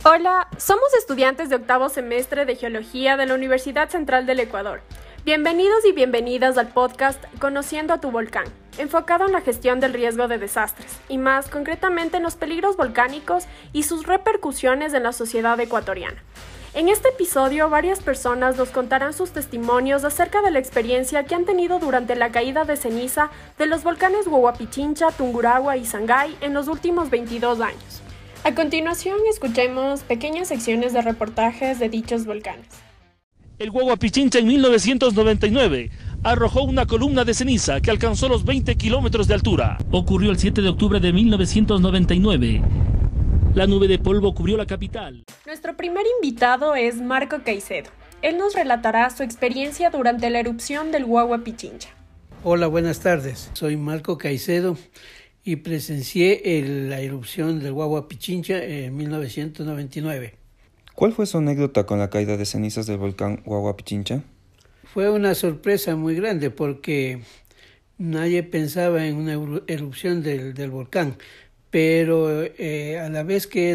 Hola, somos estudiantes de octavo semestre de Geología de la Universidad Central del Ecuador. Bienvenidos y bienvenidas al podcast Conociendo a tu volcán, enfocado en la gestión del riesgo de desastres, y más concretamente en los peligros volcánicos y sus repercusiones en la sociedad ecuatoriana. En este episodio, varias personas nos contarán sus testimonios acerca de la experiencia que han tenido durante la caída de ceniza de los volcanes Huahuapichincha, Tungurahua y Sangay en los últimos 22 años. A continuación, escuchemos pequeñas secciones de reportajes de dichos volcanes. El Huahuapichincha en 1999 arrojó una columna de ceniza que alcanzó los 20 kilómetros de altura. Ocurrió el 7 de octubre de 1999. La nube de polvo cubrió la capital. Nuestro primer invitado es Marco Caicedo. Él nos relatará su experiencia durante la erupción del Huahuapichincha. Hola, buenas tardes. Soy Marco Caicedo y presencié la erupción del Huahuapichincha en 1999. ¿Cuál fue su anécdota con la caída de cenizas del volcán Huahuapichincha? Fue una sorpresa muy grande porque nadie pensaba en una erupción del volcán, pero a la vez que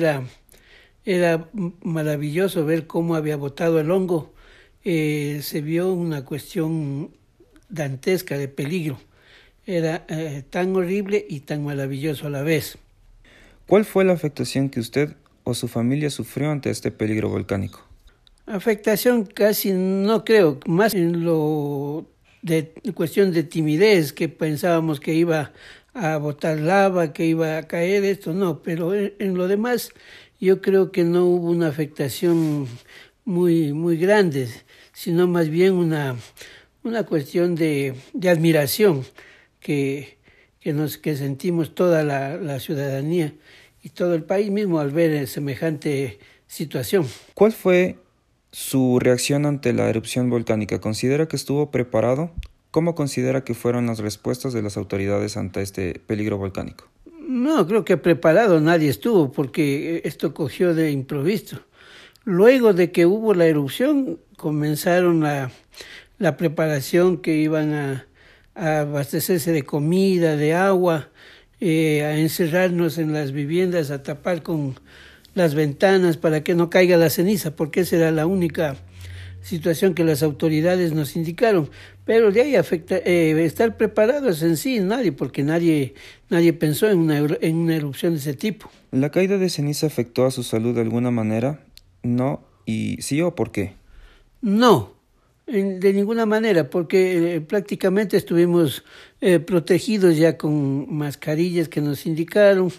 era maravilloso ver cómo había botado el hongo, se vio una cuestión dantesca de peligro. Era tan horrible y tan maravilloso a la vez. ¿Cuál fue la afectación que usted o su familia sufrió ante este peligro volcánico? Afectación casi no creo, más en cuestión de timidez, que pensábamos que iba a botar lava, que iba a caer esto, no, pero en lo demás yo creo que no hubo una afectación muy grande, sino más bien una cuestión de admiración que sentimos toda la ciudadanía y todo el país mismo al ver semejante situación. ¿Cuál fue su reacción ante la erupción volcánica? ¿Considera que estuvo preparado? ¿Cómo considera que fueron las respuestas de las autoridades ante este peligro volcánico? No, creo que preparado nadie estuvo porque esto cogió de improviso. Luego de que hubo la erupción, comenzaron la preparación que iban a abastecerse de comida, de agua, a encerrarnos en las viviendas, a tapar con las ventanas para que no caiga la ceniza, porque esa era la única situación que las autoridades nos indicaron. Pero de ahí estar preparados en sí, porque nadie pensó en una erupción de ese tipo. ¿La caída de ceniza afectó a su salud de alguna manera? ¿No? ¿Y sí o por qué? No, de ninguna manera, porque prácticamente estuvimos protegidos ya con mascarillas que nos indicaron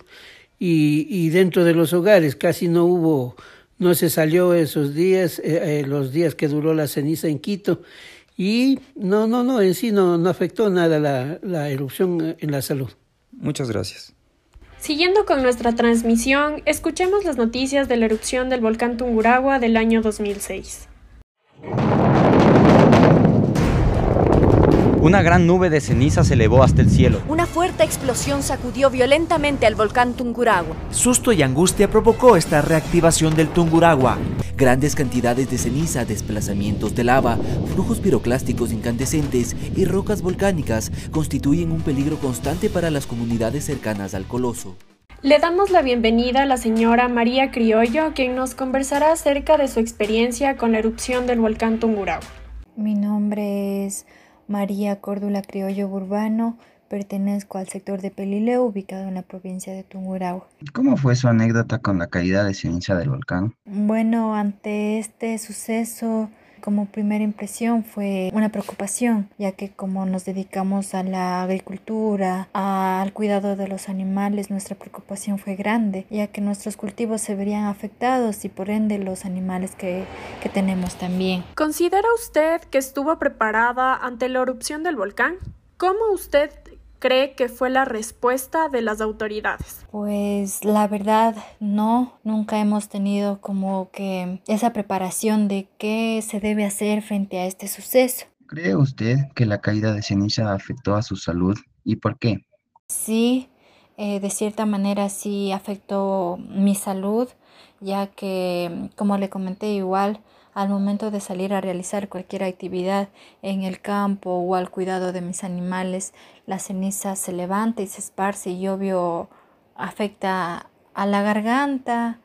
y dentro de los hogares casi no se salió esos días, los días que duró la ceniza en Quito, y no, en sí no afectó nada la erupción en la salud. Muchas gracias. Siguiendo con nuestra transmisión, escuchemos las noticias de la erupción del volcán Tungurahua del año 2006. Una gran nube de ceniza se elevó hasta el cielo. Una fuerte explosión sacudió violentamente al volcán Tungurahua. Susto y angustia provocó esta reactivación del Tungurahua. Grandes cantidades de ceniza, desplazamientos de lava, flujos piroclásticos incandescentes y rocas volcánicas constituyen un peligro constante para las comunidades cercanas al coloso. Le damos la bienvenida a la señora María Criollo, quien nos conversará acerca de su experiencia con la erupción del volcán Tungurahua. Mi nombre es María Córdula Criollo Burbano, pertenezco al sector de Pelileo, ubicado en la provincia de Tungurahua. ¿Cómo fue su anécdota con la caída de ceniza del volcán? Bueno, ante este suceso, como primera impresión fue una preocupación, ya que como nos dedicamos a la agricultura, al cuidado de los animales, nuestra preocupación fue grande, ya que nuestros cultivos se verían afectados y por ende los animales que tenemos también. ¿Considera usted que estuvo preparada ante la erupción del volcán? ¿Cómo usted cree que fue la respuesta de las autoridades? Pues la verdad nunca hemos tenido como que esa preparación de qué se debe hacer frente a este suceso. ¿Cree usted que la caída de ceniza afectó a su salud y por qué? Sí, de cierta manera sí afectó mi salud, ya que como le comenté igual, al momento de salir a realizar cualquier actividad en el campo o al cuidado de mis animales, la ceniza se levanta y se esparce y obvio afecta a la garganta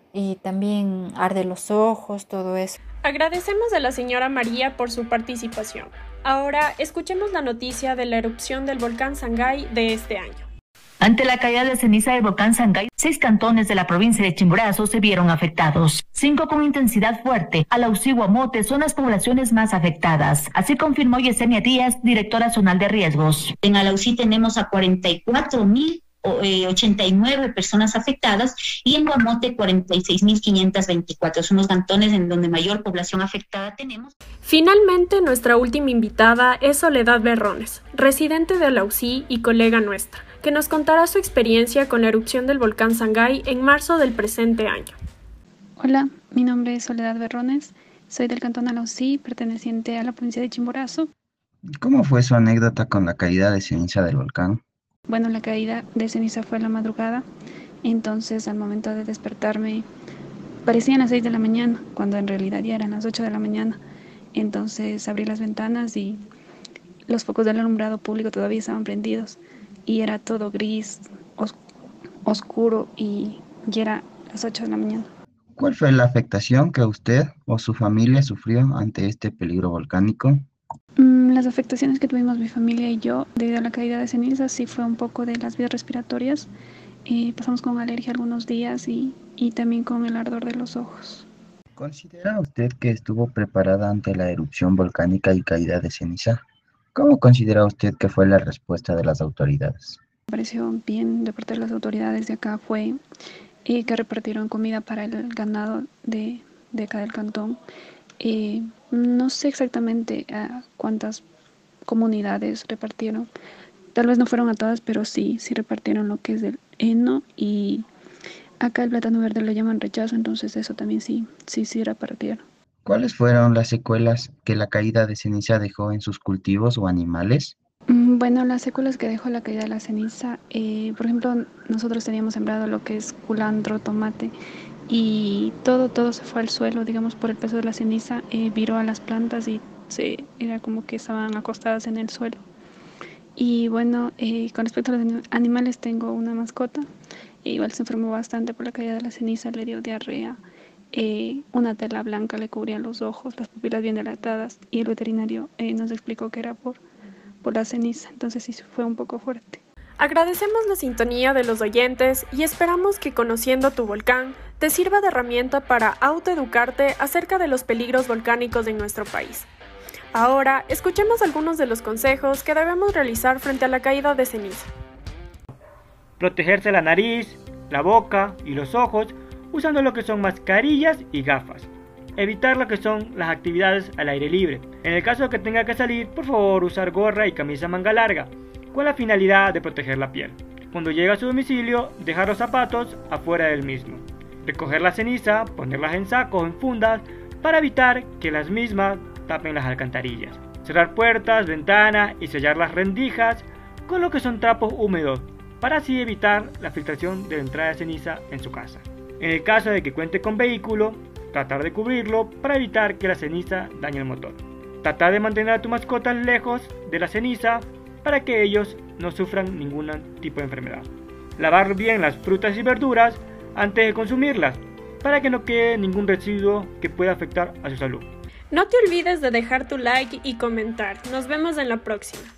y también arde los ojos, todo eso. Agradecemos a la señora María por su participación. Ahora escuchemos la noticia de la erupción del volcán Sangay de este año. Ante la caída de ceniza del volcán Sangay, 6 cantones de la provincia de Chimborazo se vieron afectados, 5 con intensidad fuerte. Alausí y Guamote son las poblaciones más afectadas. Así confirmó Yesenia Díaz, directora zonal de riesgos. En Alausí tenemos a 44.089 personas afectadas y en Guamote 46.524. Son los cantones en donde mayor población afectada tenemos. Finalmente, nuestra última invitada es Soledad Berrones, residente de Alausí y colega nuestra, que nos contará su experiencia con la erupción del volcán Sangay en marzo del presente año. Hola, mi nombre es Soledad Berrones, soy del cantón Alausí, perteneciente a la provincia de Chimborazo. ¿Cómo fue su anécdota con la caída de ceniza del volcán? Bueno, la caída de ceniza fue a la madrugada, entonces al momento de despertarme parecían las 6 de la mañana, cuando en realidad ya eran las 8 de la mañana. Entonces abrí las ventanas y los focos del alumbrado público todavía estaban prendidos. Y era todo gris, oscuro y era las 8 de la mañana. ¿Cuál fue la afectación que usted o su familia sufrió ante este peligro volcánico? Las afectaciones que tuvimos mi familia y yo debido a la caída de ceniza sí fue un poco de las vías respiratorias. Pasamos con alergia algunos días y también con el ardor de los ojos. ¿Considera usted que estuvo preparada ante la erupción volcánica y caída de ceniza? ¿Cómo considera usted que fue la respuesta de las autoridades? Me pareció bien de parte de las autoridades de acá fue que repartieron comida para el ganado de acá del cantón. No sé exactamente a cuántas comunidades repartieron. Tal vez no fueron a todas, pero sí repartieron lo que es el heno y acá el plátano verde lo llaman rechazo, entonces eso también sí repartieron. ¿Cuáles fueron las secuelas que la caída de ceniza dejó en sus cultivos o animales? Bueno, las secuelas que dejó la caída de la ceniza, por ejemplo, nosotros teníamos sembrado lo que es culantro, tomate, y todo se fue al suelo, digamos, por el peso de la ceniza, viró a las plantas y era como que estaban acostadas en el suelo. Y bueno, con respecto a los animales, tengo una mascota, igual se enfermó bastante por la caída de la ceniza, le dio diarrea. Una tela blanca le cubría los ojos, las pupilas bien dilatadas y el veterinario nos explicó que era por la ceniza, entonces sí fue un poco fuerte. Agradecemos la sintonía de los oyentes y esperamos que Conociendo tu Volcán te sirva de herramienta para autoeducarte acerca de los peligros volcánicos en nuestro país. Ahora, escuchemos algunos de los consejos que debemos realizar frente a la caída de ceniza. Protegerse la nariz, la boca y los ojos usando lo que son mascarillas y gafas. Evitar lo que son las actividades al aire libre. En el caso de que tenga que salir, por favor usar gorra y camisa manga larga, con la finalidad de proteger la piel. Cuando llegue a su domicilio, dejar los zapatos afuera del mismo. Recoger la ceniza, ponerlas en sacos o en fundas para evitar que las mismas tapen las alcantarillas. Cerrar puertas, ventanas y sellar las rendijas con lo que son trapos húmedos para así evitar la filtración de la entrada de ceniza en su casa. En el caso de que cuente con vehículo, tratar de cubrirlo para evitar que la ceniza dañe el motor. Tratar de mantener a tu mascota lejos de la ceniza para que ellos no sufran ningún tipo de enfermedad. Lavar bien las frutas y verduras antes de consumirlas para que no quede ningún residuo que pueda afectar a su salud. No te olvides de dejar tu like y comentar. Nos vemos en la próxima.